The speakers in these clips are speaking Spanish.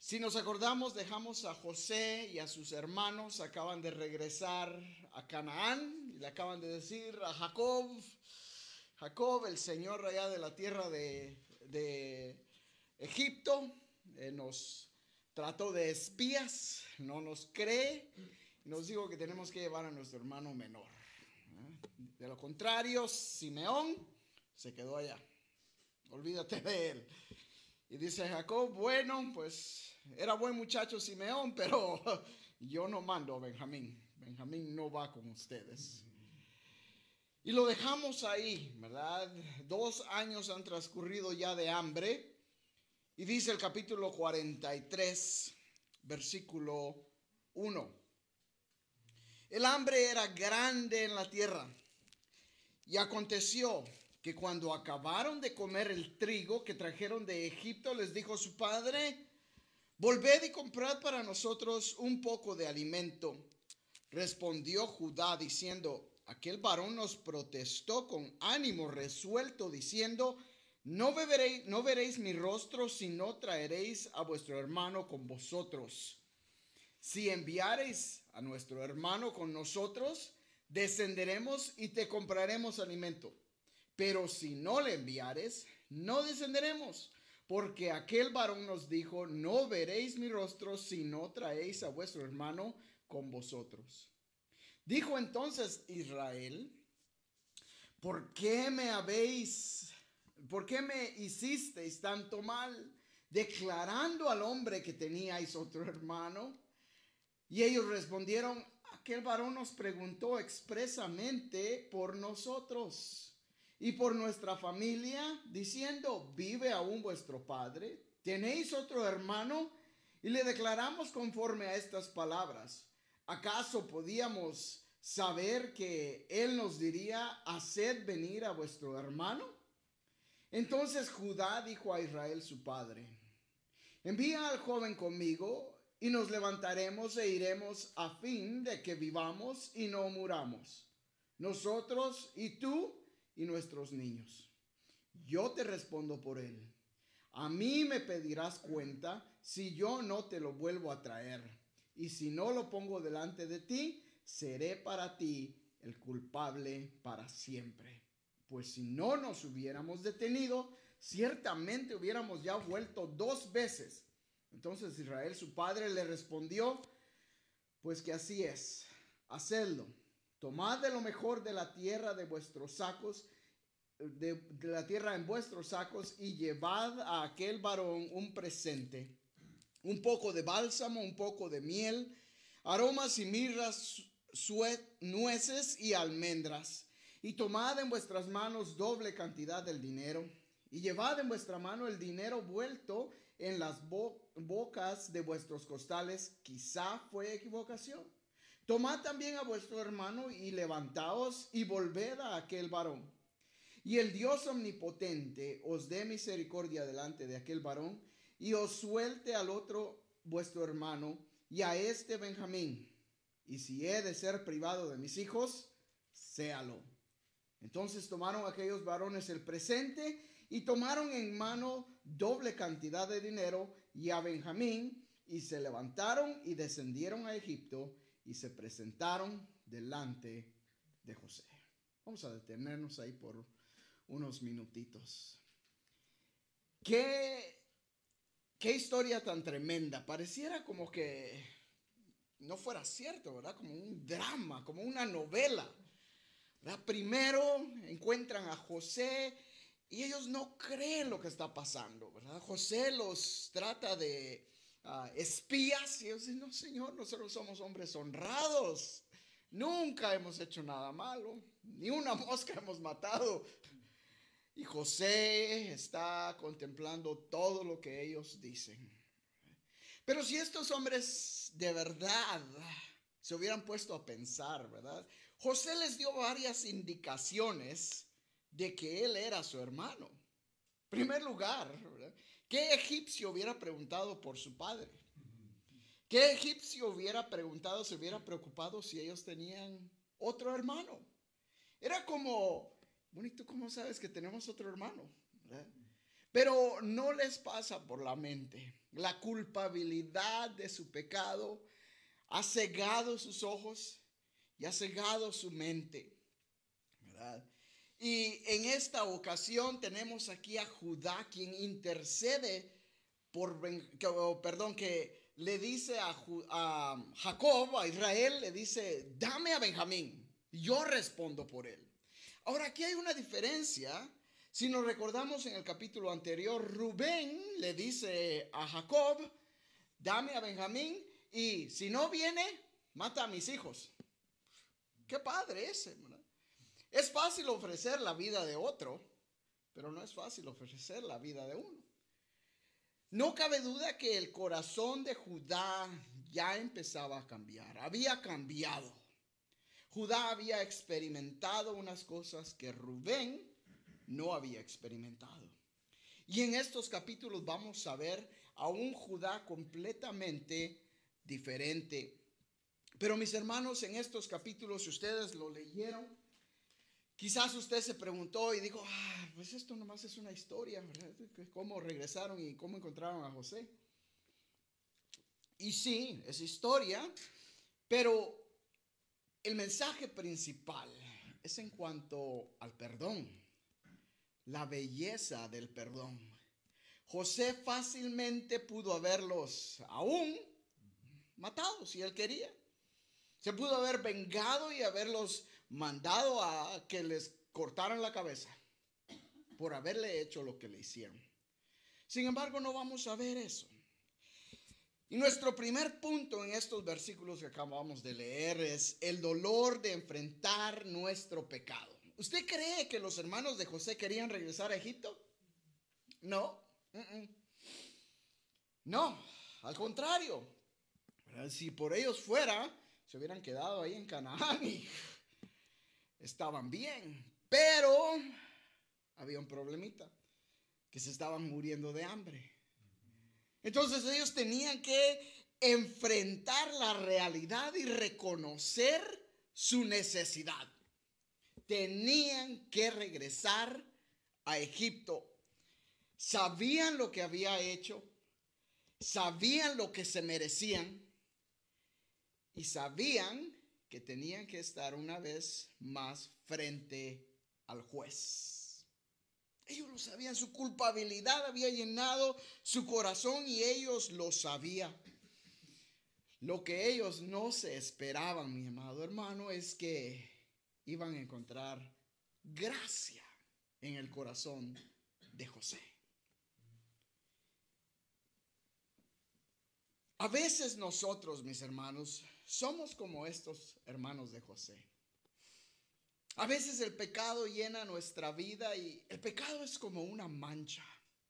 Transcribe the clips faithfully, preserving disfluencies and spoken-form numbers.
Si nos acordamos, dejamos a José y a sus hermanos, acaban de regresar a Canaán y le acaban de decir a Jacob, Jacob, el señor allá de la tierra de, de Egipto, eh, nos trató de espías, no nos cree, y nos dijo que tenemos que llevar a nuestro hermano menor. De lo contrario, Simeón se quedó allá, olvídate de él. Y dice Jacob, bueno, pues era buen muchacho Simeón, pero yo no mando a Benjamín. Benjamín no va con ustedes. Y lo dejamos ahí, ¿verdad? Dos años han transcurrido ya de hambre. Y dice el capítulo cuarenta y tres, versículo uno. El hambre era grande en la tierra. Y aconteció que cuando acabaron de comer el trigo que trajeron de Egipto, les dijo su padre, volved y comprad para nosotros un poco de alimento. Respondió Judá diciendo, aquel varón nos protestó con ánimo resuelto, diciendo, no, beberéis, no veréis mi rostro, sino traeréis a vuestro hermano con vosotros. Si enviareis a nuestro hermano con nosotros, descenderemos y te compraremos alimento. Pero si no le enviares, no descenderemos, porque aquel varón nos dijo, no veréis mi rostro si no traéis a vuestro hermano con vosotros. Dijo entonces Israel, ¿por qué me habéis, por qué me hicisteis tanto mal, declarando al hombre que teníais otro hermano? Y ellos respondieron, aquel varón nos preguntó expresamente por nosotros y por nuestra familia, diciendo, ¿vive aún vuestro padre? ¿Tenéis otro hermano? Y le declaramos conforme a estas palabras. ¿Acaso podíamos saber que él nos diría, haced venir a vuestro hermano? Entonces Judá dijo a Israel su padre, envía al joven conmigo y nos levantaremos e iremos a fin de que vivamos y no muramos, nosotros y tú y nuestros niños. Yo te respondo por él. A mí me pedirás cuenta si yo no te lo vuelvo a traer. Y si no lo pongo delante de ti, seré para ti el culpable para siempre. Pues si no nos hubiéramos detenido, ciertamente hubiéramos ya vuelto dos veces. Entonces Israel, su padre, le respondió, pues que así es, hacedlo. Tomad de lo mejor de la tierra de vuestros sacos, de, de la tierra en vuestros sacos, y llevad a aquel varón un presente, un poco de bálsamo, un poco de miel, aromas y mirras, suet, nueces y almendras. Y tomad en vuestras manos doble cantidad del dinero, y llevad en vuestra mano el dinero vuelto en las bo- bocas de vuestros costales. Quizá fue equivocación. Tomad también a vuestro hermano y levantaos y volved a aquel varón. Y el Dios omnipotente os dé misericordia delante de aquel varón y os suelte al otro vuestro hermano y a este Benjamín. Y si he de ser privado de mis hijos, séalo. Entonces tomaron aquellos varones el presente y tomaron en mano doble cantidad de dinero y a Benjamín, y se levantaron y descendieron a Egipto y se presentaron delante de José. Vamos a detenernos ahí por unos minutitos. ¿Qué, qué historia tan tremenda? Pareciera como que no fuera cierto, ¿verdad? Como un drama, como una novela, ¿verdad? Primero encuentran a José y ellos no creen lo que está pasando, ¿verdad? José los trata de uh, espías y ellos dicen, no, señor, nosotros somos hombres honrados. Nunca hemos hecho nada malo, ni una mosca hemos matado. Y José está contemplando todo lo que ellos dicen. Pero si estos hombres de verdad se hubieran puesto a pensar, ¿verdad? José les dio varias indicaciones de que él era su hermano. En primer lugar, ¿verdad? ¿Qué egipcio hubiera preguntado por su padre? ¿Qué egipcio hubiera preguntado, se hubiera preocupado si ellos tenían otro hermano? Era como, bonito, ¿cómo sabes que tenemos otro hermano? ¿Verdad? Pero no les pasa por la mente. La culpabilidad de su pecado ha cegado sus ojos y ha cegado su mente, ¿verdad? Y en esta ocasión tenemos aquí a Judá, quien intercede por, que, perdón, que le dice a, a Jacob, a Israel, le dice, dame a Benjamín, yo respondo por él. Ahora aquí hay una diferencia. Si nos recordamos en el capítulo anterior, Rubén le dice a Jacob, dame a Benjamín y si no viene, mata a mis hijos. Qué padre ese, ¿verdad? Es fácil ofrecer la vida de otro, pero no es fácil ofrecer la vida de uno. No cabe duda que el corazón de Judá ya empezaba a cambiar, había cambiado. Judá había experimentado unas cosas que Rubén no había experimentado. Y en estos capítulos vamos a ver a un Judá completamente diferente. Pero mis hermanos, en estos capítulos, si ustedes lo leyeron, quizás usted se preguntó y dijo, ah, pues esto nomás es una historia, ¿verdad? ¿Cómo regresaron y cómo encontraron a José? Y sí, es historia, pero el mensaje principal es en cuanto al perdón, la belleza del perdón. José fácilmente pudo haberlos aún matado si él quería. Se pudo haber vengado y haberlos mandado a que les cortaran la cabeza por haberle hecho lo que le hicieron. Sin embargo, no vamos a ver eso. Y nuestro primer punto en estos versículos que acabamos de leer es el dolor de enfrentar nuestro pecado. ¿Usted cree que los hermanos de José querían regresar a Egipto? No. Uh-uh. No, al contrario. Si por ellos fuera, se hubieran quedado ahí en Canaán y estaban bien. Pero había un problemita, que se estaban muriendo de hambre. Entonces ellos tenían que enfrentar la realidad y reconocer su necesidad. Tenían que regresar a Egipto. Sabían lo que había hecho, sabían lo que se merecían y sabían que tenían que estar una vez más frente al juez. Ellos lo sabían, su culpabilidad había llenado su corazón y ellos lo sabían. Lo que ellos no se esperaban, mi amado hermano, es que iban a encontrar gracia en el corazón de José. A veces nosotros, mis hermanos, somos como estos hermanos de José. A veces el pecado llena nuestra vida y el pecado es como una mancha.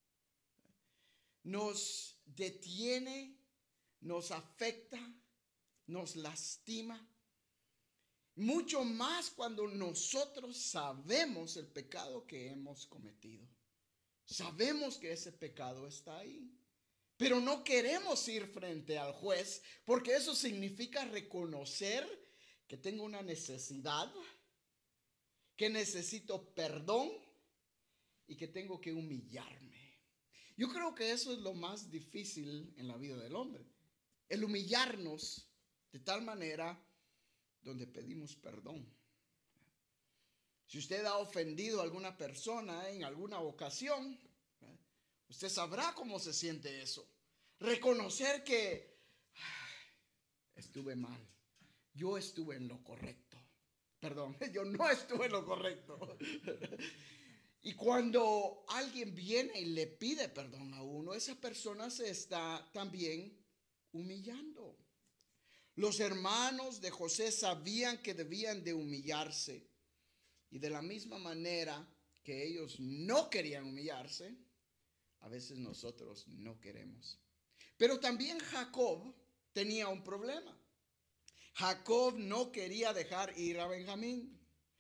Nos detiene, nos afecta, nos lastima. Mucho más cuando nosotros sabemos el pecado que hemos cometido. Sabemos que ese pecado está ahí. Pero no queremos ir frente al juez porque eso significa reconocer que tengo una necesidad, que necesito perdón y que tengo que humillarme. Yo creo que eso es lo más difícil en la vida del hombre. El humillarnos de tal manera donde pedimos perdón. Si usted ha ofendido a alguna persona en alguna ocasión, usted sabrá cómo se siente eso. Reconocer que estuve mal. Yo estuve en lo correcto. Perdón, yo no estuve en lo correcto. Y cuando alguien viene y le pide perdón a uno, esa persona se está también humillando. Los hermanos de José sabían que debían de humillarse. Y de la misma manera que ellos no querían humillarse, a veces nosotros no queremos. Pero también Jacob tenía un problema. Jacob no quería dejar ir a Benjamín.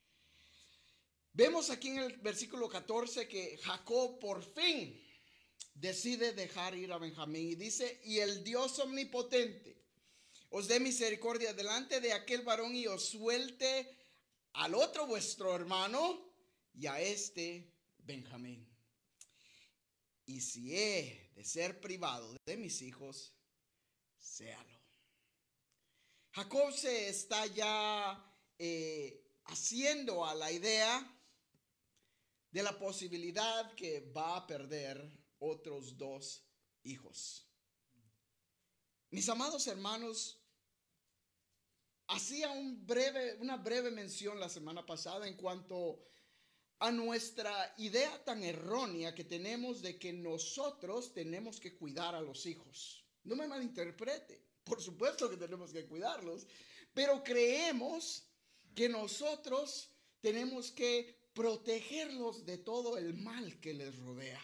Vemos aquí en el versículo catorce que Jacob por fin decide dejar ir a Benjamín. Y dice, y el Dios omnipotente os dé misericordia delante de aquel varón y os suelte al otro vuestro hermano y a este Benjamín. y si he de ser privado de mis hijos, séalo. Jacob se está ya eh, haciendo a la idea de la posibilidad que va a perder otros dos hijos. Mis amados hermanos, hacía un breve, una breve mención la semana pasada en cuanto a nuestra idea tan errónea que tenemos de que nosotros tenemos que cuidar a los hijos. No me malinterprete, por supuesto que tenemos que cuidarlos, pero creemos que nosotros tenemos que protegerlos de todo el mal que les rodea.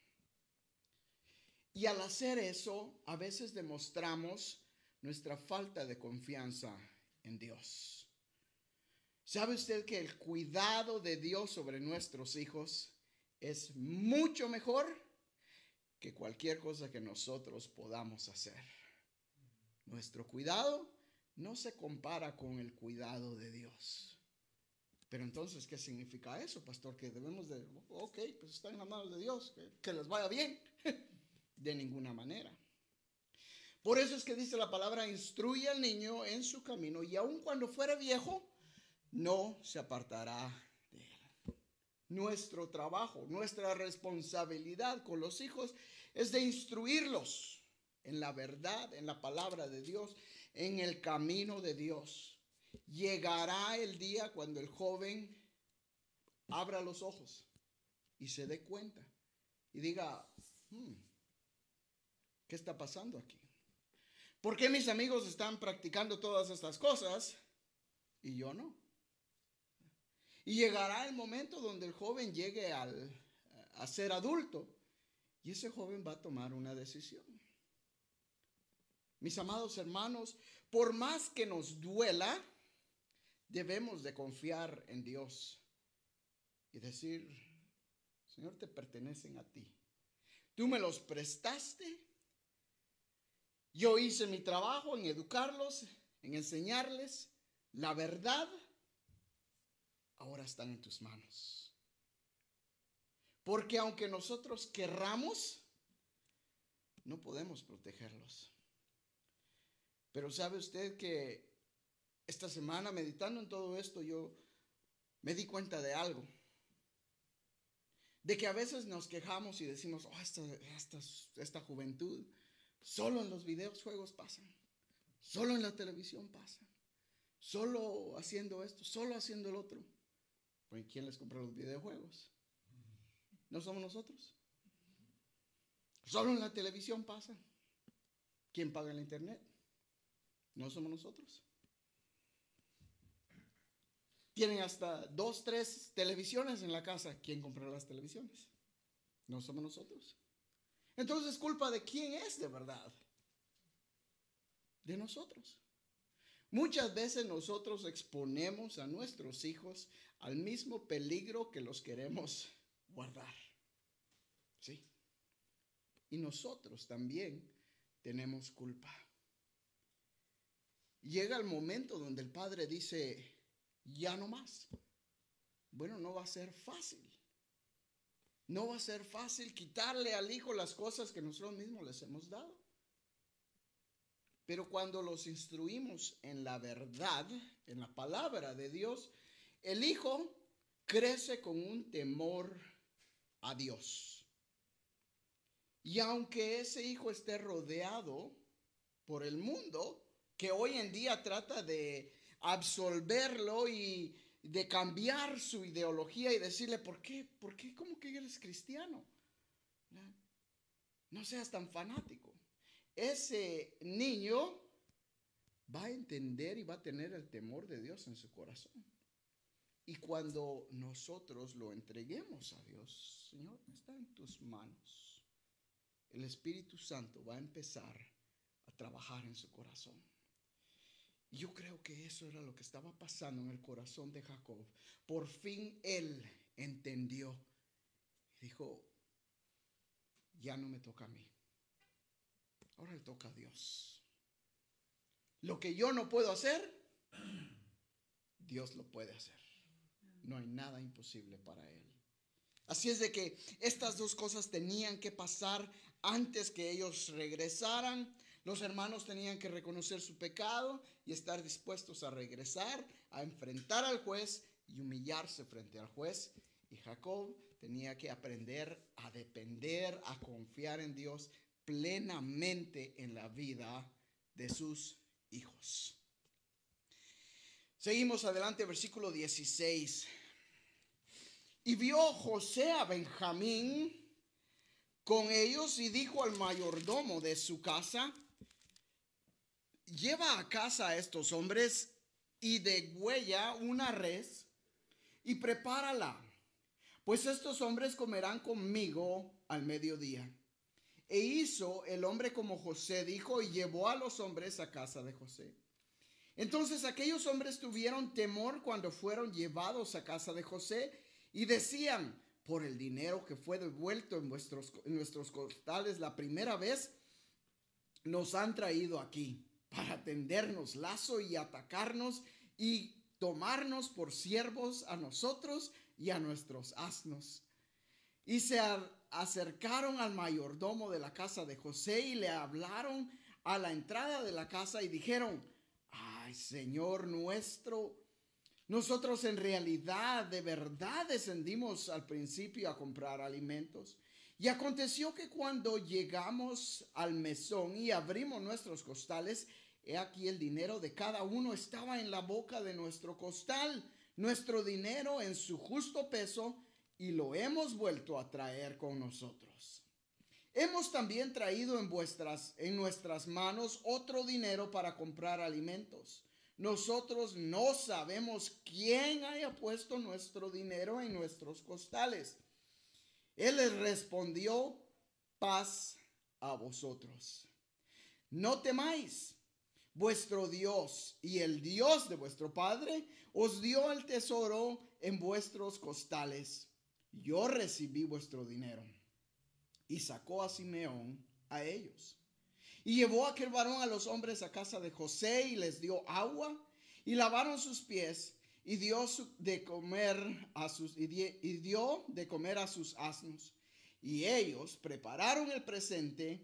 Y al hacer eso, a veces demostramos nuestra falta de confianza en Dios. ¿Sabe usted que el cuidado de Dios sobre nuestros hijos es mucho mejor que cualquier cosa que nosotros podamos hacer? Nuestro cuidado no se compara con el cuidado de Dios. Pero entonces, ¿qué significa eso, pastor? Que debemos de, ok, pues están en las manos de Dios, que, que les vaya bien. De ninguna manera. Por eso es que dice la palabra, instruye al niño en su camino y aun cuando fuera viejo, no se apartará de él. Nuestro trabajo, nuestra responsabilidad con los hijos es de instruirlos en la verdad, en la palabra de Dios, en el camino de Dios. Llegará el día cuando el joven abra los ojos y se dé cuenta y diga, hmm, ¿qué está pasando aquí? ¿Por qué mis amigos están practicando todas estas cosas y yo no? Y llegará el momento donde el joven llegue al, a ser adulto y ese joven va a tomar una decisión. Mis amados hermanos, por más que nos duela, debemos de confiar en Dios y decir, Señor, te pertenecen a ti. Tú me los prestaste. Yo hice mi trabajo en educarlos, en enseñarles la verdad. Ahora están en tus manos. Porque aunque nosotros querramos, no podemos protegerlos. Pero sabe usted que esta semana, meditando en todo esto, yo me di cuenta de algo. De que a veces nos quejamos y decimos, oh, esta, esta, esta juventud, solo en los videojuegos pasan, solo en la televisión pasan, solo haciendo esto, solo haciendo el otro. Pues, ¿quién les compra los videojuegos? ¿No somos nosotros? Solo en la televisión pasan. ¿Quién paga el internet? No somos nosotros. Tienen hasta dos, tres televisiones en la casa. ¿Quién compra las televisiones? No somos nosotros. Entonces, ¿culpa de quién es de verdad? De nosotros. Muchas veces nosotros exponemos a nuestros hijos al mismo peligro que los queremos guardar. ¿Sí? Y nosotros también tenemos culpa. Llega el momento donde el padre dice, ya no más. Bueno, no va a ser fácil. No va a ser fácil quitarle al hijo las cosas que nosotros mismos les hemos dado. Pero cuando los instruimos en la verdad, en la palabra de Dios, el hijo crece con un temor a Dios. Y aunque ese hijo esté rodeado por el mundo, que hoy en día trata de absolverlo y de cambiar su ideología y decirle, ¿por qué? ¿Por qué? ¿Cómo que eres cristiano? ¿No? No seas tan fanático. Ese niño va a entender y va a tener el temor de Dios en su corazón. Y cuando nosotros lo entreguemos a Dios, Señor, está en tus manos. El Espíritu Santo va a empezar a trabajar en su corazón. Y yo creo que eso era lo que estaba pasando en el corazón de Jacob. Por fin él entendió. Y dijo, ya no me toca a mí. Ahora le toca a Dios. Lo que yo no puedo hacer, Dios lo puede hacer. No hay nada imposible para él. Así es de que estas dos cosas tenían que pasar antes que ellos regresaran. Los hermanos tenían que reconocer su pecado y estar dispuestos a regresar, a enfrentar al juez y humillarse frente al juez. Y Jacob tenía que aprender a depender, a confiar en Dios plenamente en la vida de sus hijos. Seguimos adelante, versículo dieciséis. Y vio José a Benjamín con ellos y dijo al mayordomo de su casa: lleva a casa a estos hombres y degüella una res y prepárala, pues estos hombres comerán conmigo al mediodía. E hizo el hombre como José dijo y llevó a los hombres a casa de José. Entonces aquellos hombres tuvieron temor cuando fueron llevados a casa de José y decían: por el dinero que fue devuelto en, vuestros, en nuestros costales la primera vez, nos han traído aquí para tendernos lazo y atacarnos y tomarnos por siervos a nosotros y a nuestros asnos. Y se acercaron al mayordomo de la casa de José y le hablaron a la entrada de la casa y dijeron: ay, Señor nuestro, nosotros en realidad de verdad descendimos al principio a comprar alimentos. Y aconteció que cuando llegamos al mesón y abrimos nuestros costales, he aquí el dinero de cada uno estaba en la boca de nuestro costal, nuestro dinero en su justo peso, y lo hemos vuelto a traer con nosotros. Hemos también traído en vuestras, en nuestras manos otro dinero para comprar alimentos. Nosotros no sabemos quién haya puesto nuestro dinero en nuestros costales. Él les respondió: paz a vosotros. No temáis, vuestro Dios y el Dios de vuestro Padre os dio el tesoro en vuestros costales. Yo recibí vuestro dinero. Y sacó a Simeón a ellos. Y llevó a aquel varón a los hombres a casa de José y les dio agua y lavaron sus pies y dio de comer a sus y dio de comer a sus asnos. Y ellos prepararon el presente,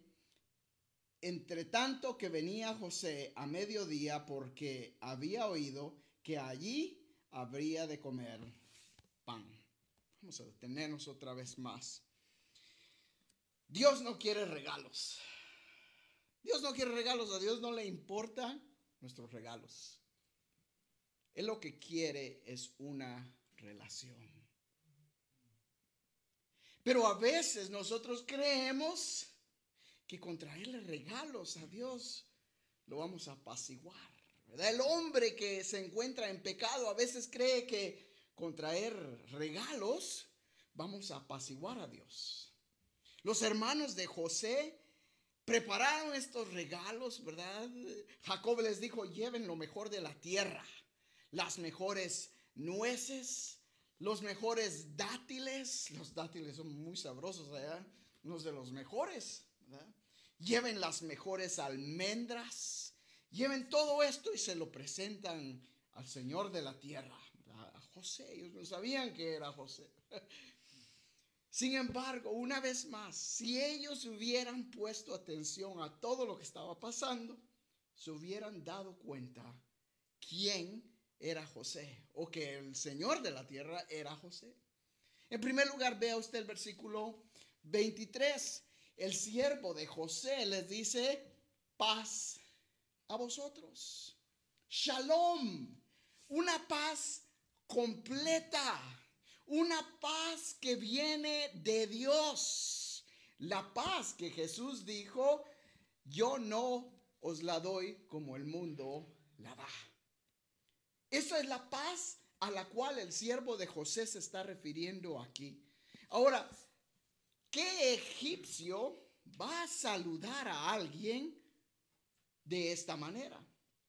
entre tanto que venía José a mediodía, porque había oído que allí habría de comer pan. Vamos a detenernos otra vez más. Dios no quiere regalos. Dios no quiere regalos. A Dios no le importan nuestros regalos. Él lo que quiere es una relación. Pero a veces nosotros creemos que con traerle regalos a Dios lo vamos a apaciguar, ¿verdad? El hombre que se encuentra en pecado a veces cree que con traer regalos vamos a apaciguar a Dios. Los hermanos de José prepararon estos regalos, ¿verdad? Jacob les dijo: lleven lo mejor de la tierra, las mejores nueces, los mejores dátiles. Los dátiles son muy sabrosos allá, unos de los mejores, ¿verdad? Lleven las mejores almendras, lleven todo esto y se lo presentan al Señor de la tierra, ¿verdad? A José. Ellos no sabían que era José. Sin embargo, una vez más, si ellos hubieran puesto atención a todo lo que estaba pasando, se hubieran dado cuenta quién era José, o que el Señor de la tierra era José. En primer lugar, vea usted el versículo veintitrés. El siervo de José les dice: paz a vosotros. Shalom, una paz completa. Una paz que viene de Dios. La paz que Jesús dijo: yo no os la doy como el mundo la da. Esa es la paz a la cual el siervo de José se está refiriendo aquí. Ahora, ¿qué egipcio va a saludar a alguien de esta manera?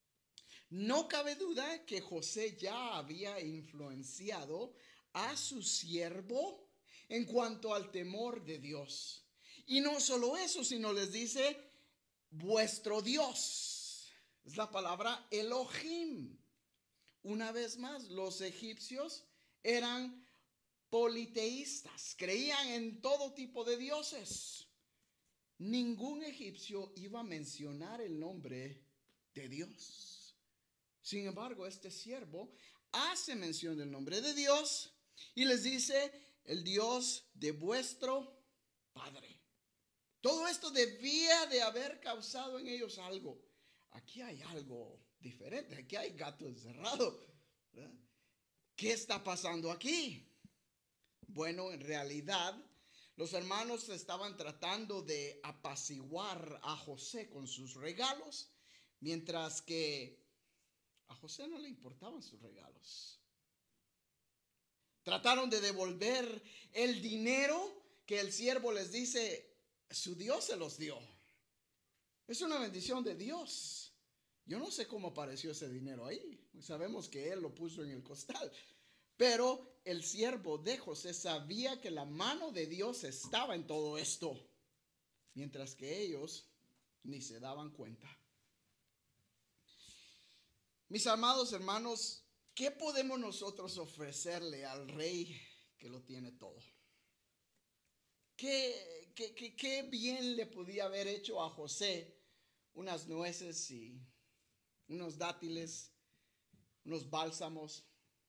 No cabe duda que José ya había influenciado a su siervo en cuanto al temor de Dios. Y no solo eso, sino les dice: vuestro Dios. Es la palabra Elohim. Una vez más, los egipcios eran politeístas, creían en todo tipo de dioses. Ningún egipcio iba a mencionar el nombre de Dios. Sin embargo, este siervo hace mención del nombre de Dios y les dice: el Dios de vuestro padre. Todo esto debía de haber causado en ellos algo. Aquí hay algo diferente, aquí hay gato encerrado, ¿verdad? ¿Qué está pasando aquí? Bueno, en realidad, los hermanos estaban tratando de apaciguar a José con sus regalos, mientras que a José no le importaban sus regalos. Trataron de devolver el dinero que el siervo les dice, su Dios se los dio. Es una bendición de Dios. Yo no sé cómo apareció ese dinero ahí. Sabemos que él lo puso en el costal. Pero el siervo de José sabía que la mano de Dios estaba en todo esto, mientras que ellos ni se daban cuenta. Mis amados hermanos, ¿qué podemos nosotros ofrecerle al rey que lo tiene todo? ¿Qué, qué, qué, qué bien le podía haber hecho a José unas nueces y unos dátiles, unos bálsamos?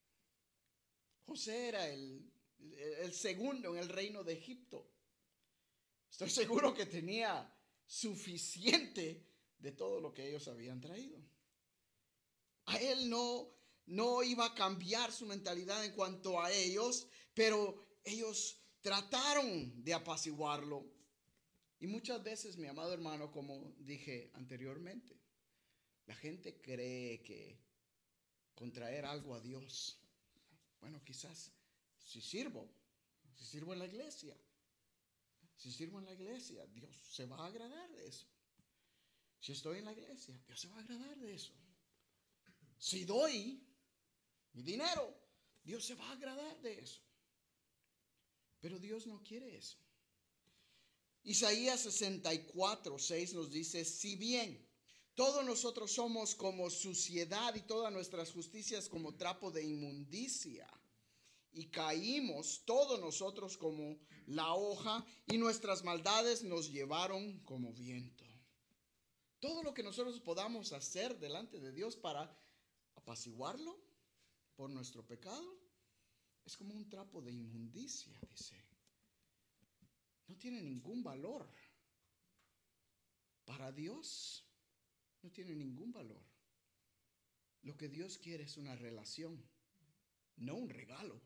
José era el, el segundo en el reino de Egipto. Estoy seguro que tenía suficiente de todo lo que ellos habían traído. A él no, no iba a cambiar su mentalidad en cuanto a ellos, pero ellos trataron de apaciguarlo. Y muchas veces, mi amado hermano, como dije anteriormente, la gente cree que contraer algo a Dios, bueno, quizás si sirvo, si sirvo en la iglesia, si sirvo en la iglesia, Dios se va a agradar de eso. Si estoy en la iglesia, Dios se va a agradar de eso. Si doy mi dinero, Dios se va a agradar de eso. Pero Dios no quiere eso. Isaías sesenta y cuatro, seis nos dice: si bien todos nosotros somos como suciedad y todas nuestras justicias como trapo de inmundicia, y caímos todos nosotros como la hoja, y nuestras maldades nos llevaron como viento. Todo lo que nosotros podamos hacer delante de Dios para apaciguarlo por nuestro pecado es como un trapo de inmundicia, dice. No tiene ningún valor. Para Dios no tiene ningún valor. Lo que Dios quiere es una relación, no un regalo.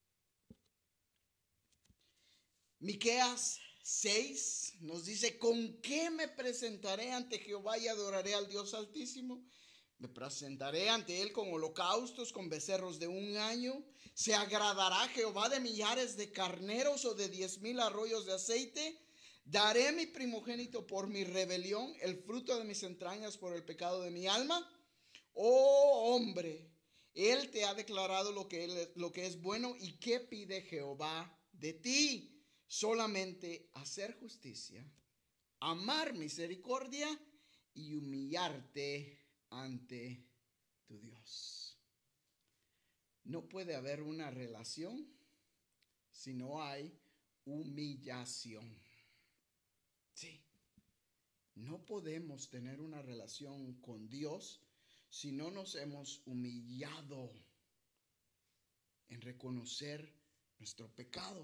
Miqueas seis nos dice: ¿con qué me presentaré ante Jehová y adoraré al Dios Altísimo? Me presentaré ante él con holocaustos, con becerros de un año. ¿Se agradará Jehová de millares de carneros o de diez mil arroyos de aceite? ¿Daré mi primogénito por mi rebelión, el fruto de mis entrañas por el pecado de mi alma? Oh hombre, él te ha declarado lo que, él, lo que es bueno. ¿Y qué pide Jehová de ti? Solamente hacer justicia, amar misericordia y humillarte ante tu Dios. No puede haber una relación si no hay humillación. Sí, no podemos tener una relación con Dios si no nos hemos humillado en reconocer nuestro pecado.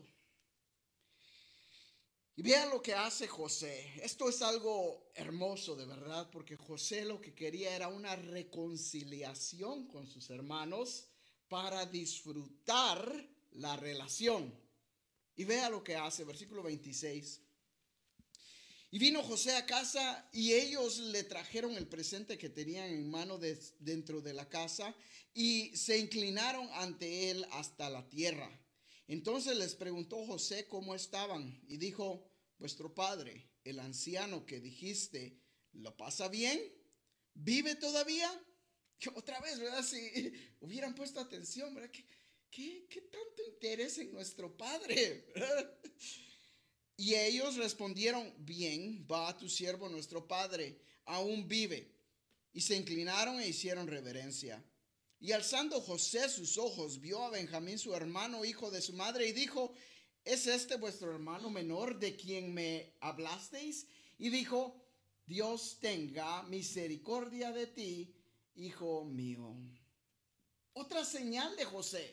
Y vean lo que hace José. Esto es algo hermoso, de verdad, porque José lo que quería era una reconciliación con sus hermanos para disfrutar la relación. Y vea lo que hace, versículo veintiséis. Y vino José a casa y ellos le trajeron el presente que tenían en mano de, dentro de la casa, y se inclinaron ante él hasta la tierra. Entonces les preguntó José cómo estaban y dijo: vuestro padre, el anciano que dijiste, ¿lo pasa bien? ¿Vive todavía? Otra vez, ¿verdad? Si hubieran puesto atención, ¿verdad? ¿Qué, qué, qué tanto interés en nuestro padre? ¿Verdad? Y ellos respondieron: bien, va tu siervo nuestro padre, aún vive. Y se inclinaron e hicieron reverencia. Y alzando José sus ojos, vio a Benjamín su hermano, hijo de su madre, y dijo: ¿Es este vuestro hermano menor de quien me hablasteis? Y dijo: Dios tenga misericordia de ti, hijo mío. Otra señal de José.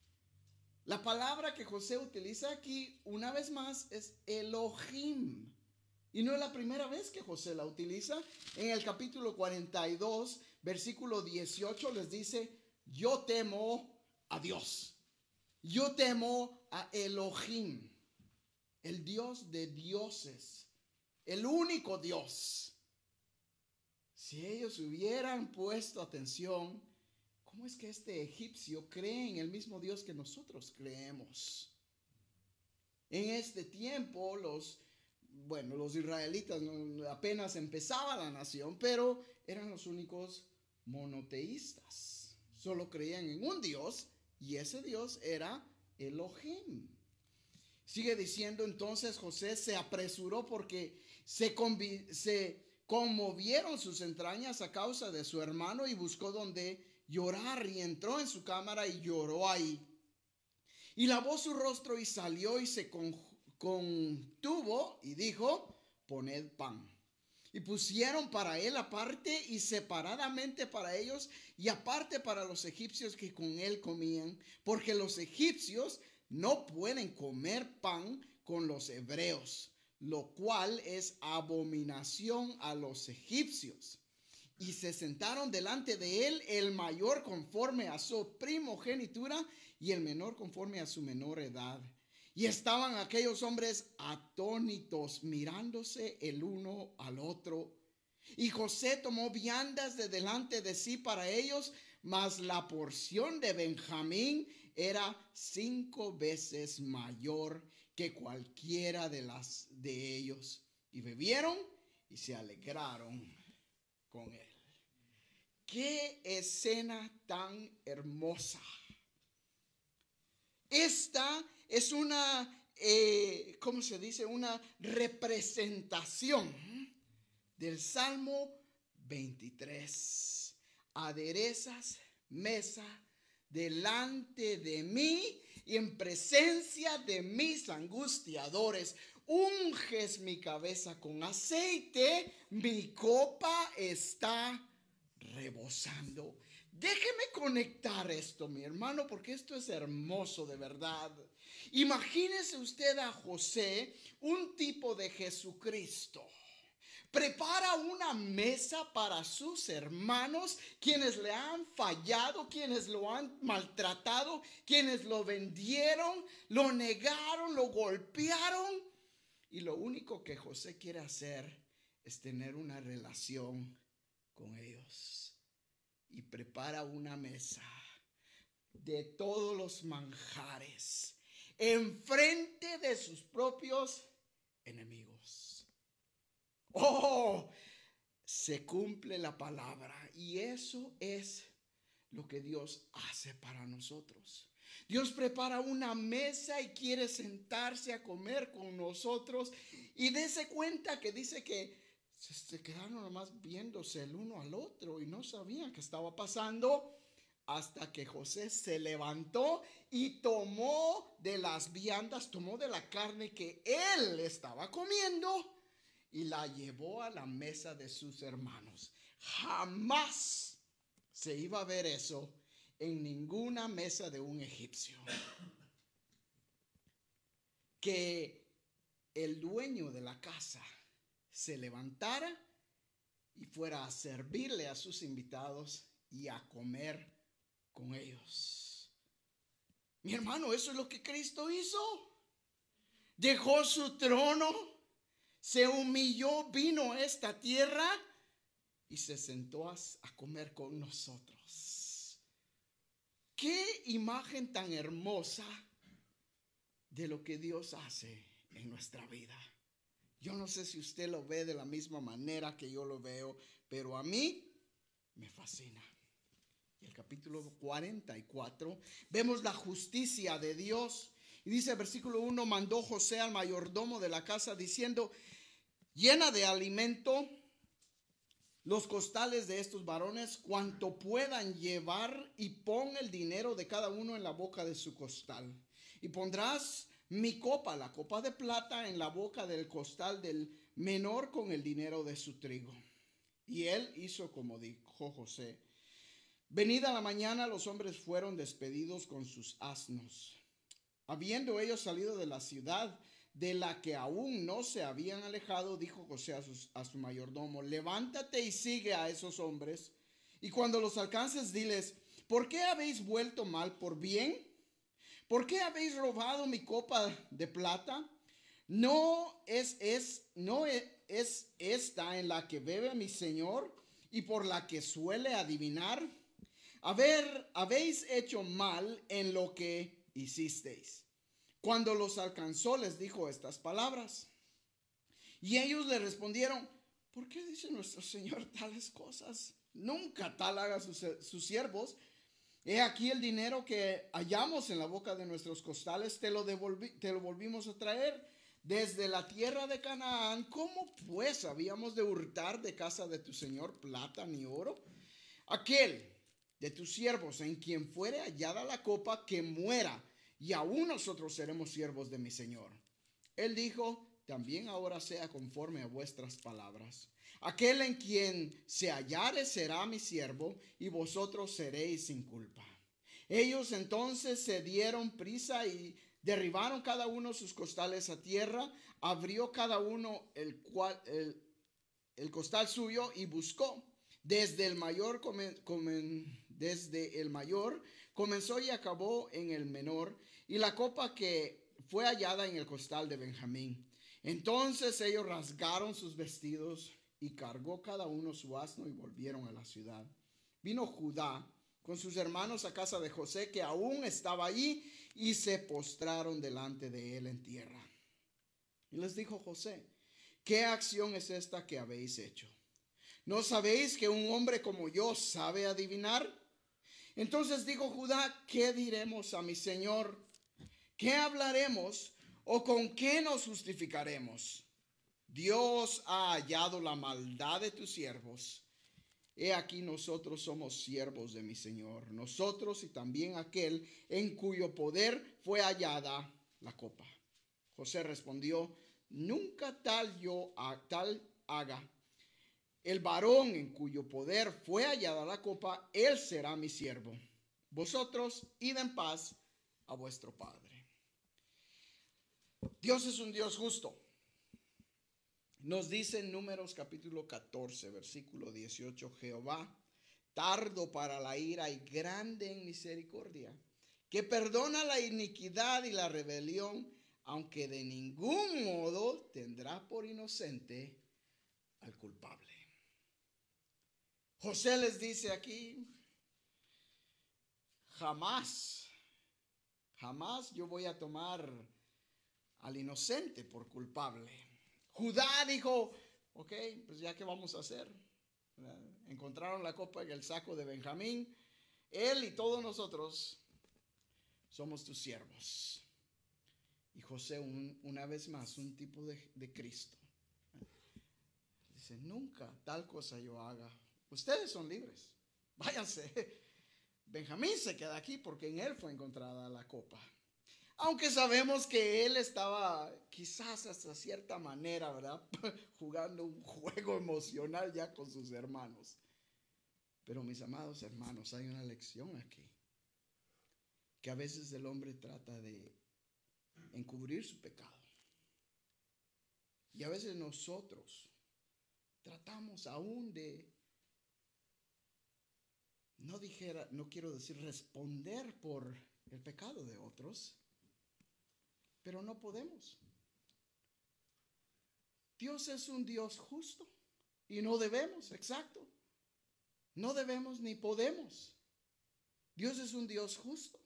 La palabra que José utiliza aquí una vez más es Elohim. Y no es la primera vez que José la utiliza. En el capítulo cuarenta y dos, versículo dieciocho, les dice: yo temo a Dios. Yo temo a Elohim, el Dios de dioses, el único Dios. Si ellos hubieran puesto atención, ¿cómo es que este egipcio cree en el mismo Dios que nosotros creemos? En este tiempo, los, bueno, los israelitas apenas empezaba la nación, pero eran los únicos monoteístas. Solo creían en un Dios, y ese Dios era Elohim. Sigue diciendo: entonces José se apresuró porque se, convi- se conmovieron sus entrañas a causa de su hermano, y buscó donde llorar, y entró en su cámara y lloró ahí. Y lavó su rostro y salió y se con, contuvo y dijo: poned pan. Y pusieron para él aparte y separadamente para ellos, y aparte para los egipcios que con él comían, porque los egipcios no pueden comer pan con los hebreos, lo cual es abominación a los egipcios. Y se sentaron delante de él, el mayor conforme a su primogenitura y el menor conforme a su menor edad. Y estaban aquellos hombres atónitos, mirándose el uno al otro. Y José tomó viandas de delante de sí para ellos, mas la porción de Benjamín era cinco veces mayor que cualquiera de las de ellos. Y bebieron y se alegraron con él. ¡Qué escena tan hermosa! Esta es una, eh, ¿cómo se dice? Una representación del Salmo veintitrés. Aderezas mesa delante de mí y en presencia de mis angustiadores. Unges mi cabeza con aceite, mi copa está rebosando. Déjeme conectar esto, mi hermano, porque esto es hermoso de verdad. Imagínese usted a José, un tipo de Jesucristo. Prepara una mesa para sus hermanos, quienes le han fallado, quienes lo han maltratado, quienes lo vendieron, lo negaron, lo golpearon. Y lo único que José quiere hacer es tener una relación con ellos. Y prepara una mesa de todos los manjares enfrente de sus propios enemigos. ¡Oh! Se cumple la palabra, y eso es lo que Dios hace para nosotros. Dios prepara una mesa y quiere sentarse a comer con nosotros, y dése cuenta que dice que se quedaron nomás viéndose el uno al otro y no sabían qué estaba pasando, hasta que José se levantó y tomó de las viandas, tomó de la carne que él estaba comiendo y la llevó a la mesa de sus hermanos. Jamás se iba a ver eso en ninguna mesa de un egipcio. Que el dueño de la casa se levantara y fuera a servirle a sus invitados y a comer con ellos. Mi hermano, eso es lo que Cristo hizo. Dejó su trono, se humilló, vino a esta tierra y se sentó a, a comer con nosotros. Qué imagen tan hermosa de lo que Dios hace en nuestra vida. Yo no sé si usted lo ve de la misma manera que yo lo veo, pero a mí me fascina. Y el capítulo cuarenta y cuatro, vemos la justicia de Dios. Y dice el versículo uno: mandó José al mayordomo de la casa diciendo: llena de alimento los costales de estos varones cuanto puedan llevar, y pon el dinero de cada uno en la boca de su costal. Y pondrás mi copa, la copa de plata, en la boca del costal del menor con el dinero de su trigo. Y él hizo como dijo José. Venida la mañana, los hombres fueron despedidos con sus asnos. Habiendo ellos salido de la ciudad, de la que aún no se habían alejado, dijo José a, sus, a su mayordomo: levántate y sigue a esos hombres, y cuando los alcances, diles: ¿por qué habéis vuelto mal por bien? ¿Por qué habéis robado mi copa de plata? ¿No es, es, no es, es esta en la que bebe mi señor y por la que suele adivinar? A ver, habéis hecho mal en lo que hicisteis. Cuando los alcanzó, les dijo estas palabras. Y ellos le respondieron: ¿por qué dice nuestro señor tales cosas? Nunca tal haga sus, sus siervos. He aquí el dinero que hallamos en la boca de nuestros costales, te lo, devolví, te lo volvimos a traer desde la tierra de Canaán. ¿Cómo pues habíamos de hurtar de casa de tu señor plata ni oro? Aquel de tus siervos en quien fuere hallada la copa, que muera, y aún nosotros seremos siervos de mi señor. Él dijo: también ahora sea conforme a vuestras palabras. Aquel en quien se hallare será mi siervo, y vosotros seréis sin culpa. Ellos entonces se dieron prisa y derribaron cada uno sus costales a tierra. Abrió cada uno el, cual, el, el costal suyo y buscó. Desde el mayor comen, comen, desde el mayor comenzó y acabó en el menor, y la copa que fue hallada en el costal de Benjamín. Entonces ellos rasgaron sus vestidos y cargó cada uno su asno y volvieron a la ciudad. Vino Judá con sus hermanos a casa de José, que aún estaba allí, y se postraron delante de él en tierra. Y les dijo José: ¿qué acción es esta que habéis hecho? ¿No sabéis que un hombre como yo sabe adivinar? Entonces dijo Judá: ¿qué diremos a mi señor? ¿Qué hablaremos o con qué nos justificaremos? Dios ha hallado la maldad de tus siervos. He aquí nosotros somos siervos de mi señor, nosotros y también aquel en cuyo poder fue hallada la copa. José respondió: nunca tal yo tal haga. El varón en cuyo poder fue hallada la copa, él será mi siervo. Vosotros id en paz a vuestro padre. Dios es un Dios justo. Nos dice en Números capítulo catorce, versículo dieciocho: Jehová, tardo para la ira y grande en misericordia, que perdona la iniquidad y la rebelión, aunque de ningún modo tendrá por inocente al culpable. José les dice aquí: jamás, jamás yo voy a tomar al inocente por culpable. Judá dijo: ok, pues ya qué vamos a hacer. Encontraron la copa en el saco de Benjamín. Él y todos nosotros somos tus siervos. Y José, un, una vez más, un tipo de, de Cristo, dice: nunca tal cosa yo haga. Ustedes son libres, váyanse. Benjamín se queda aquí porque en él fue encontrada la copa. Aunque sabemos que él estaba quizás hasta cierta manera, ¿verdad?, jugando un juego emocional ya con sus hermanos. Pero mis amados hermanos, hay una lección aquí. Que a veces el hombre trata de encubrir su pecado. Y a veces nosotros tratamos aún de, no dijera, no quiero decir responder por el pecado de otros, pero no podemos. Dios es un Dios justo y no debemos, exacto, no debemos ni podemos. Dios es un Dios justo.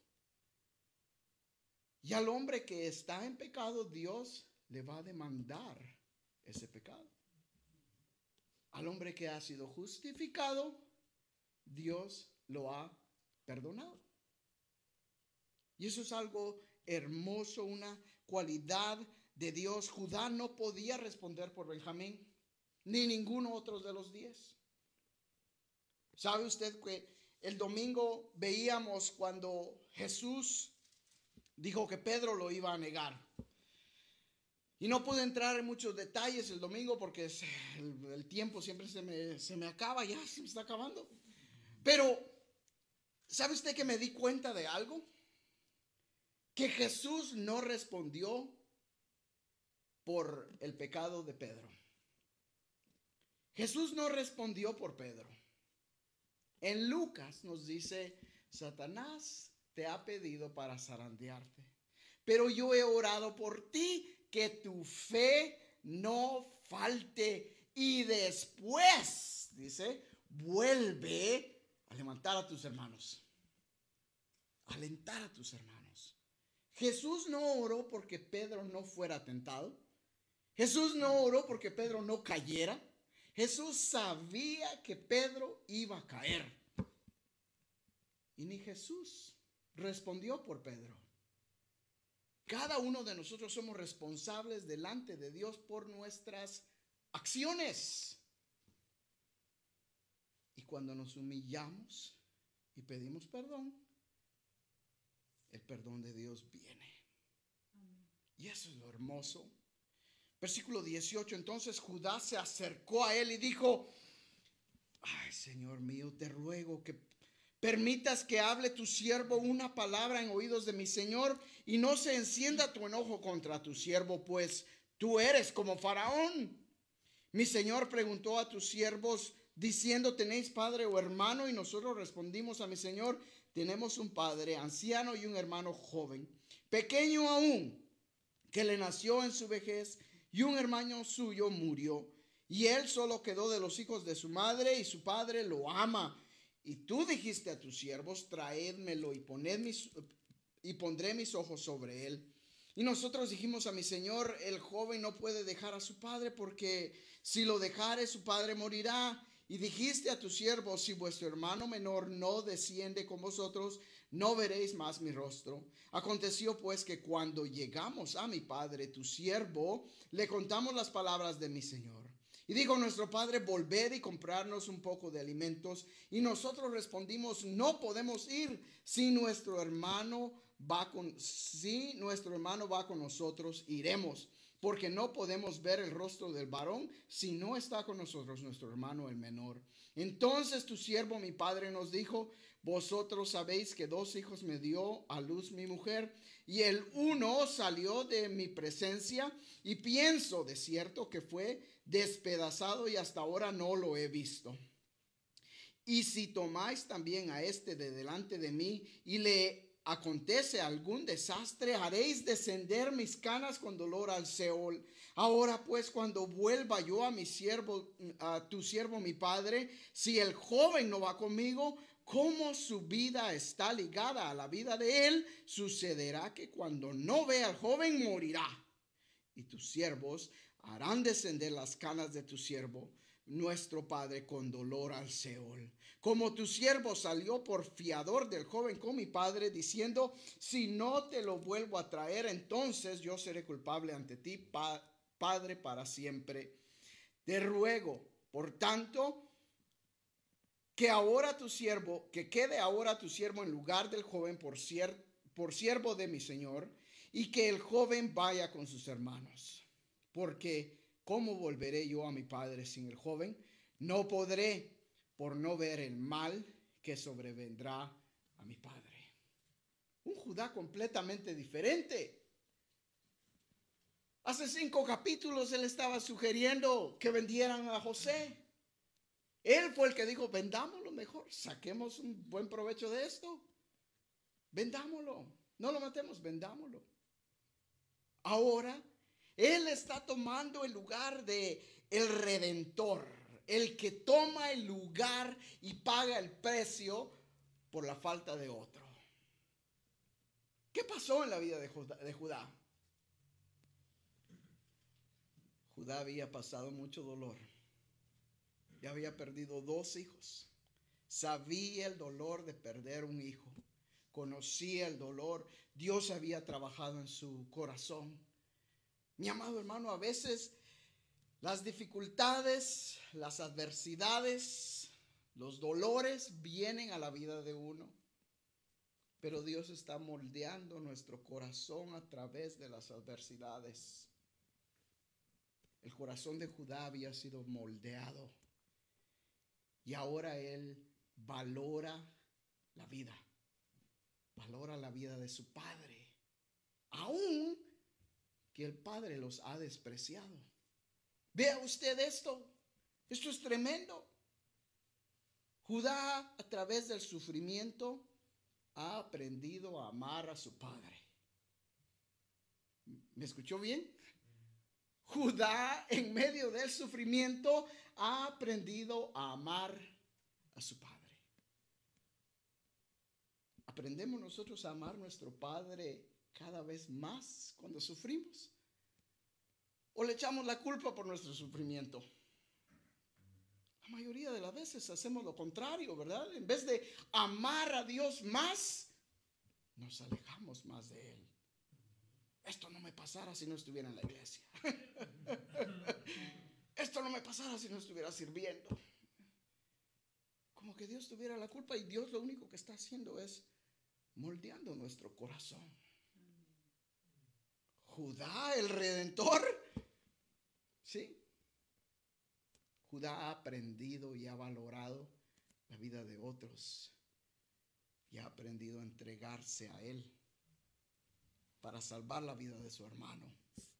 Y al hombre que está en pecado, Dios le va a demandar ese pecado. Al hombre que ha sido justificado, Dios lo ha perdonado. Y eso es algo hermoso, una cualidad de Dios. Judá no podía responder por Benjamín, ni ninguno otro de los diez. ¿Sabe usted que el domingo veíamos cuando Jesús dijo que Pedro lo iba a negar? Y no pude entrar en muchos detalles el domingo porque el, el tiempo siempre se me, se me acaba, ya se me está acabando. Pero, ¿sabe usted que me di cuenta de algo? Que Jesús no respondió por el pecado de Pedro. Jesús no respondió por Pedro. En Lucas nos dice, Satanás te ha pedido para zarandearte, pero yo he orado por ti, que tu fe no falte, y después, dice, vuelve a levantar a tus hermanos, a alentar a tus hermanos. Jesús no oró porque Pedro no fuera tentado. Jesús no oró porque Pedro no cayera. Jesús sabía que Pedro iba a caer. Y ni Jesús respondió por Pedro. Cada uno de nosotros somos responsables delante de Dios por nuestras acciones. Y cuando nos humillamos y pedimos perdón, el perdón de Dios viene. Y eso es lo hermoso. Versículo dieciocho, entonces Judá se acercó a él y dijo, ay, Señor mío, te ruego que permitas que hable tu siervo una palabra en oídos de mi Señor y no se encienda tu enojo contra tu siervo, pues tú eres como Faraón. Mi Señor preguntó a tus siervos diciendo, ¿tenéis padre o hermano? Y nosotros respondimos a mi Señor, tenemos un padre anciano y un hermano joven, pequeño aún, que le nació en su vejez, y un hermano suyo murió, y él solo quedó de los hijos de su madre, y su padre lo ama. Y tú dijiste a tus siervos, traédmelo y poned mis, y pondré mis ojos sobre él. Y nosotros dijimos a mi Señor, el joven no puede dejar a su padre, porque si lo dejare su padre morirá. Y dijiste a tus siervos, si vuestro hermano menor no desciende con vosotros, no veréis más mi rostro. Aconteció pues que cuando llegamos a mi padre, tu siervo, le contamos las palabras de mi Señor. Y dijo nuestro padre, volved y comprarnos un poco de alimentos. Y nosotros respondimos, no podemos ir si nuestro hermano va con, si nuestro hermano va con nosotros, iremos. Porque no podemos ver el rostro del varón si no está con nosotros nuestro hermano el menor. Entonces tu siervo mi padre nos dijo, vosotros sabéis que dos hijos me dio a luz mi mujer, y el uno salió de mi presencia, y pienso de cierto que fue despedazado y hasta ahora no lo he visto. Y si tomáis también a este de delante de mí y le acontece algún desastre, haréis descender mis canas con dolor al Seol. Ahora pues, cuando vuelva yo a mi siervo, a tu siervo mi padre, si el joven no va conmigo, como su vida está ligada a la vida de él, sucederá que cuando no vea al joven morirá. Y tus siervos harán descender las canas de tu siervo nuestro padre con dolor al Seol. Como tu siervo salió por fiador del joven con mi padre, diciendo, si no te lo vuelvo a traer, entonces yo seré culpable ante ti, pa- Padre, para siempre. Te ruego, por tanto, que ahora tu siervo, que quede ahora tu siervo en lugar del joven por, sier, por siervo de mi Señor, y que el joven vaya con sus hermanos. Porque ¿cómo volveré yo a mi padre sin el joven? No podré, por no ver el mal que sobrevendrá a mi padre. Un Judá completamente diferente. Hace cinco capítulos él estaba sugiriendo que vendieran a José. Él fue el que dijo, vendámoslo mejor, saquemos un buen provecho de esto. Vendámoslo, no lo matemos, vendámoslo. Ahora, él está tomando el lugar de el redentor, el que toma el lugar y paga el precio por la falta de otro. ¿Qué pasó en la vida de Judá? De Judá? Judá había pasado mucho dolor. Ya había perdido dos hijos. Sabía el dolor de perder un hijo. Conocía el dolor. Dios había trabajado en su corazón. Mi amado hermano, a veces las dificultades, las adversidades Los dolores vienen a la vida de uno, pero Dios está moldeando nuestro corazón a través de las adversidades. El corazón de Judá había sido moldeado y ahora él valora la vida, valora la vida de su padre, aun que el padre los ha despreciado. Vea usted esto, esto es tremendo. Judá, a través del sufrimiento, ha aprendido a amar a su padre. ¿Me escuchó bien? Judá, en medio del sufrimiento, ha aprendido a amar a su padre. ¿Aprendemos nosotros a amar a nuestro padre cada vez más cuando sufrimos? ¿O le echamos la culpa por nuestro sufrimiento? La mayoría de las veces hacemos lo contrario, ¿verdad? En vez de amar a Dios más, nos alejamos más de Él. Esto no me pasara si no estuviera en la iglesia. Esto no me pasara si no estuviera sirviendo. Como que Dios tuviera la culpa, y Dios lo único que está haciendo es moldeando nuestro corazón. Judá, el Redentor, ¿sí? Judá ha aprendido y ha valorado la vida de otros y ha aprendido a entregarse a Él para salvar la vida de su hermano.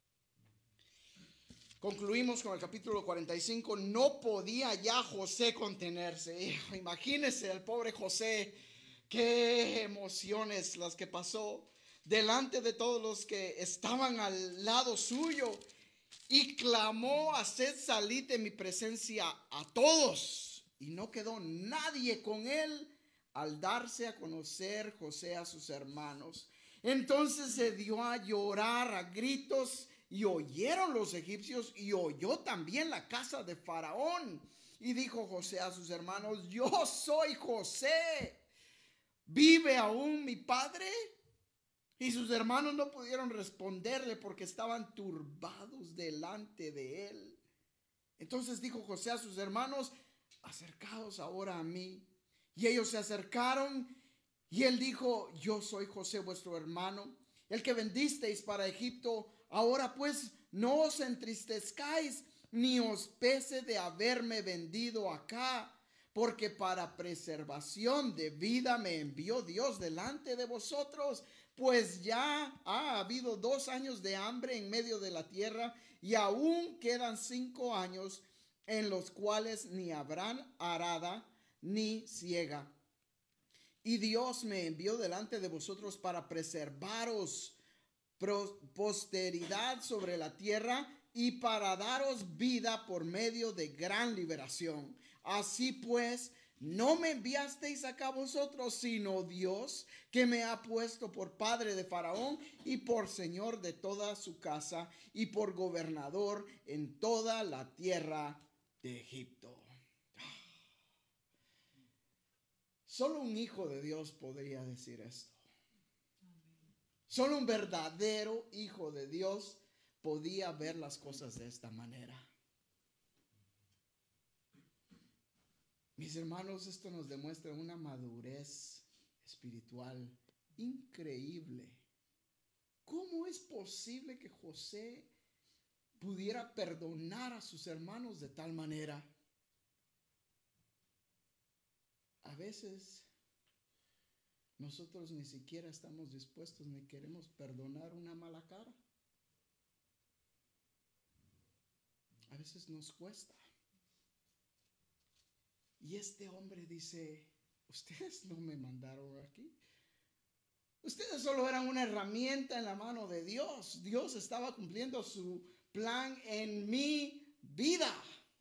Concluimos con el capítulo cuarenta y cinco. No podía ya José contenerse. Imagínense el pobre José, qué emociones las que pasó delante de todos los que estaban al lado suyo. Y clamó: haced salir de mi presencia a todos. Y no quedó nadie con él al darse a conocer José a sus hermanos. Entonces se dio a llorar a gritos, y oyeron los egipcios, y oyó también la casa de Faraón. Y dijo José a sus hermanos: yo soy José, ¿vive aún mi padre? Y sus hermanos no pudieron responderle porque estaban turbados delante de él. Entonces dijo José a sus hermanos: acercaos ahora a mí. Y ellos se acercaron, y él dijo: yo soy José vuestro hermano, el que vendisteis para Egipto. Ahora pues no os entristezcáis, ni os pese de haberme vendido acá, porque para preservación de vida me envió Dios delante de vosotros. Pues ya ha habido dos años de hambre en medio de la tierra, y aún quedan cinco años en los cuales ni habrán arada ni siega. Y Dios me envió delante de vosotros para preservaros posteridad sobre la tierra, y para daros vida por medio de gran liberación. Así pues, no me enviasteis acá vosotros, sino Dios, que me ha puesto por padre de Faraón y por señor de toda su casa y por gobernador en toda la tierra de Egipto. Solo un hijo de Dios podría decir esto. Solo un verdadero hijo de Dios podía ver las cosas de esta manera. Mis hermanos, esto nos demuestra una madurez espiritual increíble. ¿Cómo es posible que José pudiera perdonar a sus hermanos de tal manera? A veces nosotros ni siquiera estamos dispuestos ni queremos perdonar una mala cara. A veces nos cuesta. Y este hombre dice: ustedes no me mandaron aquí. Ustedes solo eran una herramienta en la mano de Dios. Dios estaba cumpliendo su plan en mi vida.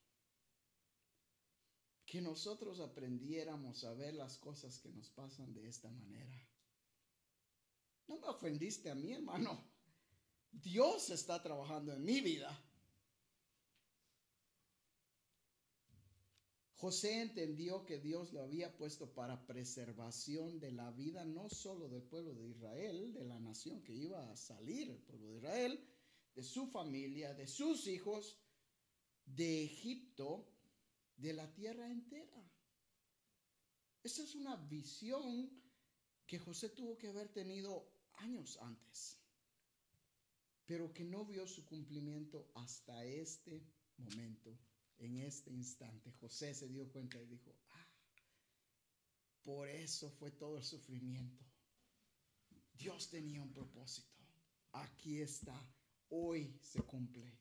Que nosotros aprendiéramos a ver las cosas que nos pasan de esta manera. No me ofendiste a mí, hermano. Dios está trabajando en mi vida. José entendió que Dios lo había puesto para preservación de la vida, no solo del pueblo de Israel, de la nación que iba a salir, el pueblo de Israel, de su familia, de sus hijos, de Egipto, de la tierra entera. Esta es una visión que José tuvo que haber tenido años antes, pero que no vio su cumplimiento hasta este momento, en este instante. José se dio cuenta y dijo, ah, por eso fue todo el sufrimiento. Dios tenía un propósito. Aquí está, hoy se cumple.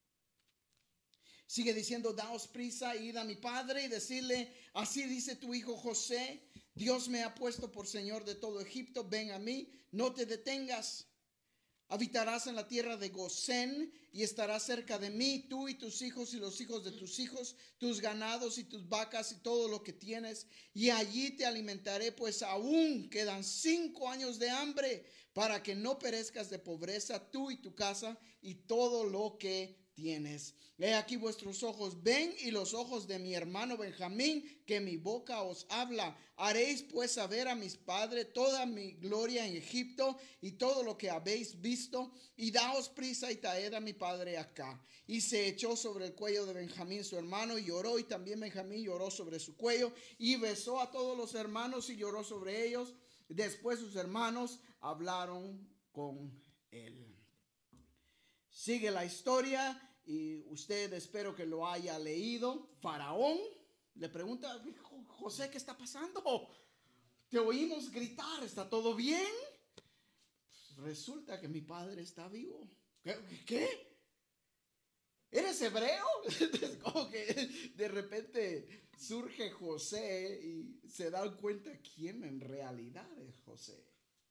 Sigue diciendo, daos prisa, id a mi padre y decirle, así dice tu hijo José, Dios me ha puesto por señor de todo Egipto, ven a mí, no te detengas. Habitarás en la tierra de Gosén y estarás cerca de mí, tú y tus hijos y los hijos de tus hijos, tus ganados y tus vacas y todo lo que tienes. Y allí te alimentaré, pues aún quedan cinco años de hambre para que no perezcas de pobreza tú y tu casa y todo lo que tienes. He aquí vuestros ojos ven y los ojos de mi hermano Benjamín, que mi boca os habla. Haréis pues saber a mis padres toda mi gloria en Egipto y todo lo que habéis visto, y daos prisa y traed a mi padre acá. Y se echó sobre el cuello de Benjamín su hermano y lloró, y también Benjamín lloró sobre su cuello, y besó a todos los hermanos y lloró sobre ellos. Después sus hermanos hablaron con él. Sigue la historia. Y usted, espero que lo haya leído. Faraón le pregunta, José, ¿qué está pasando? Te oímos gritar, ¿está todo bien? Resulta que mi padre está vivo. ¿Qué? ¿Qué? ¿Eres hebreo? Es como que de repente surge José y se dan cuenta quién en realidad es José.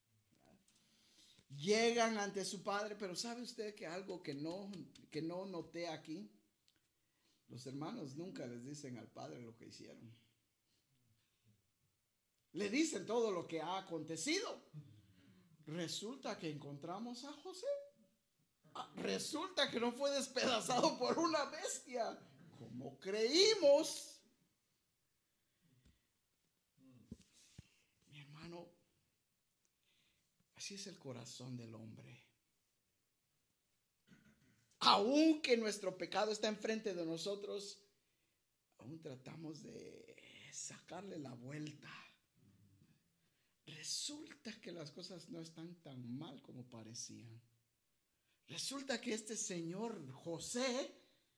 Llegan ante su padre, pero ¿sabe usted que algo que no, que no noté aquí? Los hermanos nunca les dicen al padre lo que hicieron. Le dicen todo lo que ha acontecido. Resulta que encontramos a José. Resulta que no fue despedazado por una bestia, como creímos. Mi hermano, así es el corazón del hombre. Aunque nuestro pecado está enfrente de nosotros, aún tratamos de sacarle la vuelta. Resulta que las cosas no están tan mal como parecían. Resulta que este señor José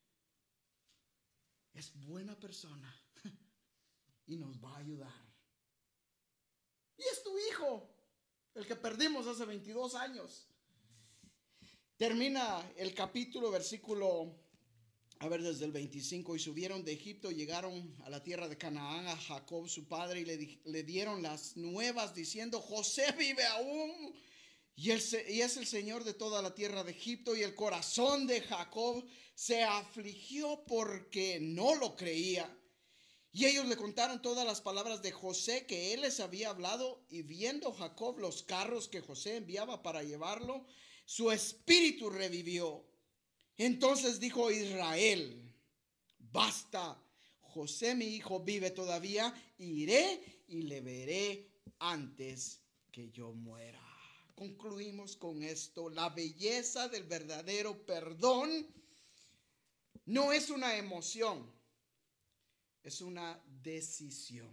es buena persona y nos va a ayudar. Y es tu hijo, el que perdimos hace veintidós años. Termina el capítulo, versículo, a ver, desde el veinticinco. Y subieron de Egipto, llegaron a la tierra de Canaán a Jacob su padre y le, le dieron las nuevas diciendo, José vive aún y, él se, y es el señor de toda la tierra de Egipto. Y el corazón de Jacob se afligió porque no lo creía. Y ellos le contaron todas las palabras de José que él les había hablado, y viendo Jacob los carros que José enviaba para llevarlo, su espíritu revivió. Entonces dijo Israel, basta, José mi hijo vive todavía, iré y le veré antes que yo muera. Concluimos con esto: la belleza del verdadero perdón no es una emoción, es una decisión.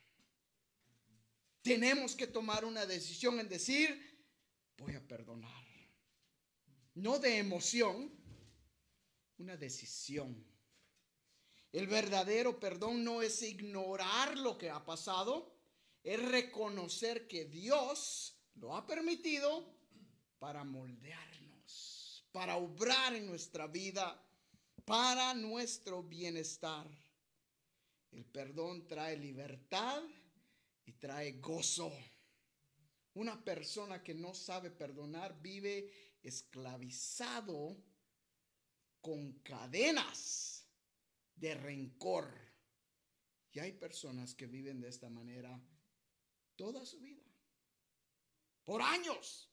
Tenemos que tomar una decisión en decir, voy a perdonar. No de emoción, una decisión. El verdadero perdón no es ignorar lo que ha pasado, es reconocer que Dios lo ha permitido para moldearnos, para obrar en nuestra vida, para nuestro bienestar. El perdón trae libertad y trae gozo. Una persona que no sabe perdonar vive esclavizado con cadenas de rencor. Y hay personas que viven de esta manera toda su vida, por años.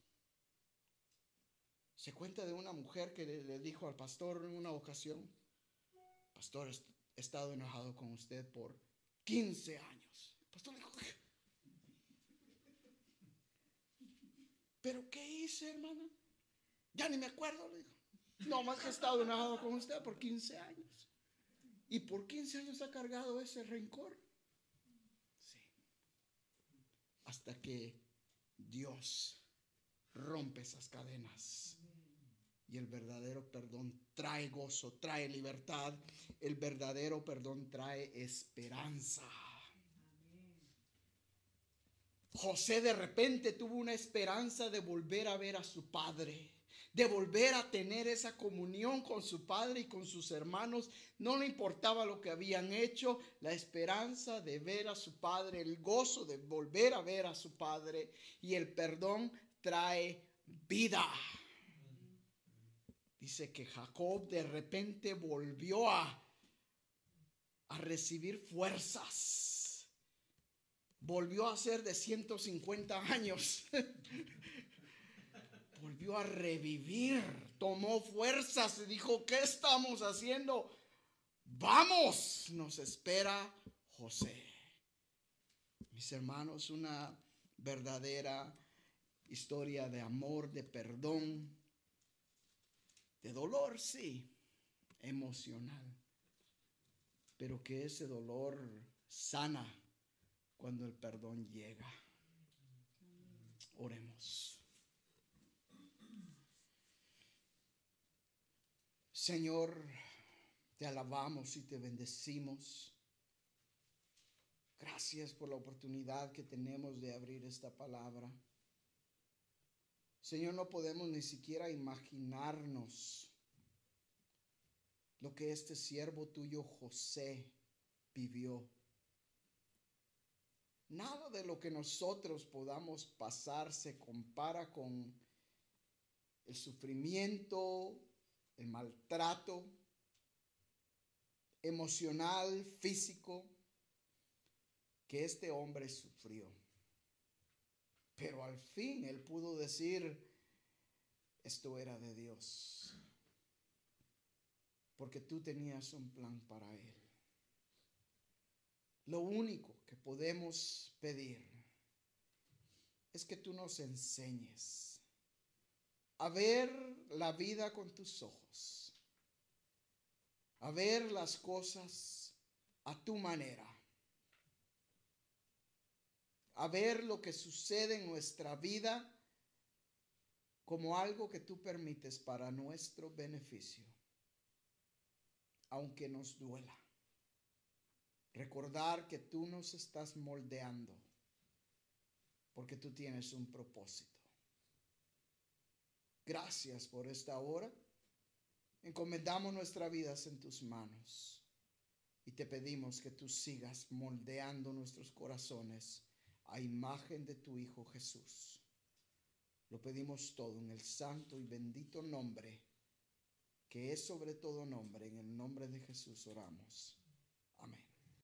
Se cuenta de una mujer que le, le dijo al pastor en una ocasión, pastor, he estado enojado con usted por quince años. El pastor le dijo, ¿pero qué hice, hermana? Ya ni me acuerdo, le dijo. No más que he estado enojado con usted por quince años. Y por quince años ha cargado ese rencor. Sí. hasta que Dios rompe esas cadenas. Y el verdadero perdón trae gozo, trae libertad. El verdadero perdón trae esperanza. José de repente tuvo una esperanza de volver a ver a su padre, de volver a tener esa comunión con su padre y con sus hermanos. No le importaba lo que habían hecho, la esperanza de ver a su padre, el gozo de volver a ver a su padre. Y el perdón trae vida. Dice que Jacob de repente volvió a, a recibir fuerzas. Volvió a ser de ciento cincuenta años. Volvió a revivir. Tomó fuerzas y dijo, ¿qué estamos haciendo? Vamos, nos espera José. Mis hermanos, una verdadera historia de amor, de perdón, de dolor, sí, emocional, pero que ese dolor sana cuando el perdón llega. Oremos. Señor, te alabamos y te bendecimos. Gracias por la oportunidad que tenemos de abrir esta palabra. Señor, no podemos ni siquiera imaginarnos lo que este siervo tuyo José vivió. Nada de lo que nosotros podamos pasar se compara con el sufrimiento, el maltrato emocional, físico que este hombre sufrió. Pero al fin él pudo decir, esto era de Dios, porque tú tenías un plan para él. Lo único que podemos pedir es que tú nos enseñes a ver la vida con tus ojos, a ver las cosas a tu manera, a ver lo que sucede en nuestra vida como algo que tú permites para nuestro beneficio, aunque nos duela. Recordar que tú nos estás moldeando porque tú tienes un propósito. Gracias por esta hora. Encomendamos nuestras vidas en tus manos y te pedimos que tú sigas moldeando nuestros corazones a imagen de tu Hijo Jesús. Lo pedimos todo en el santo y bendito nombre, que es sobre todo nombre. En el nombre de Jesús oramos.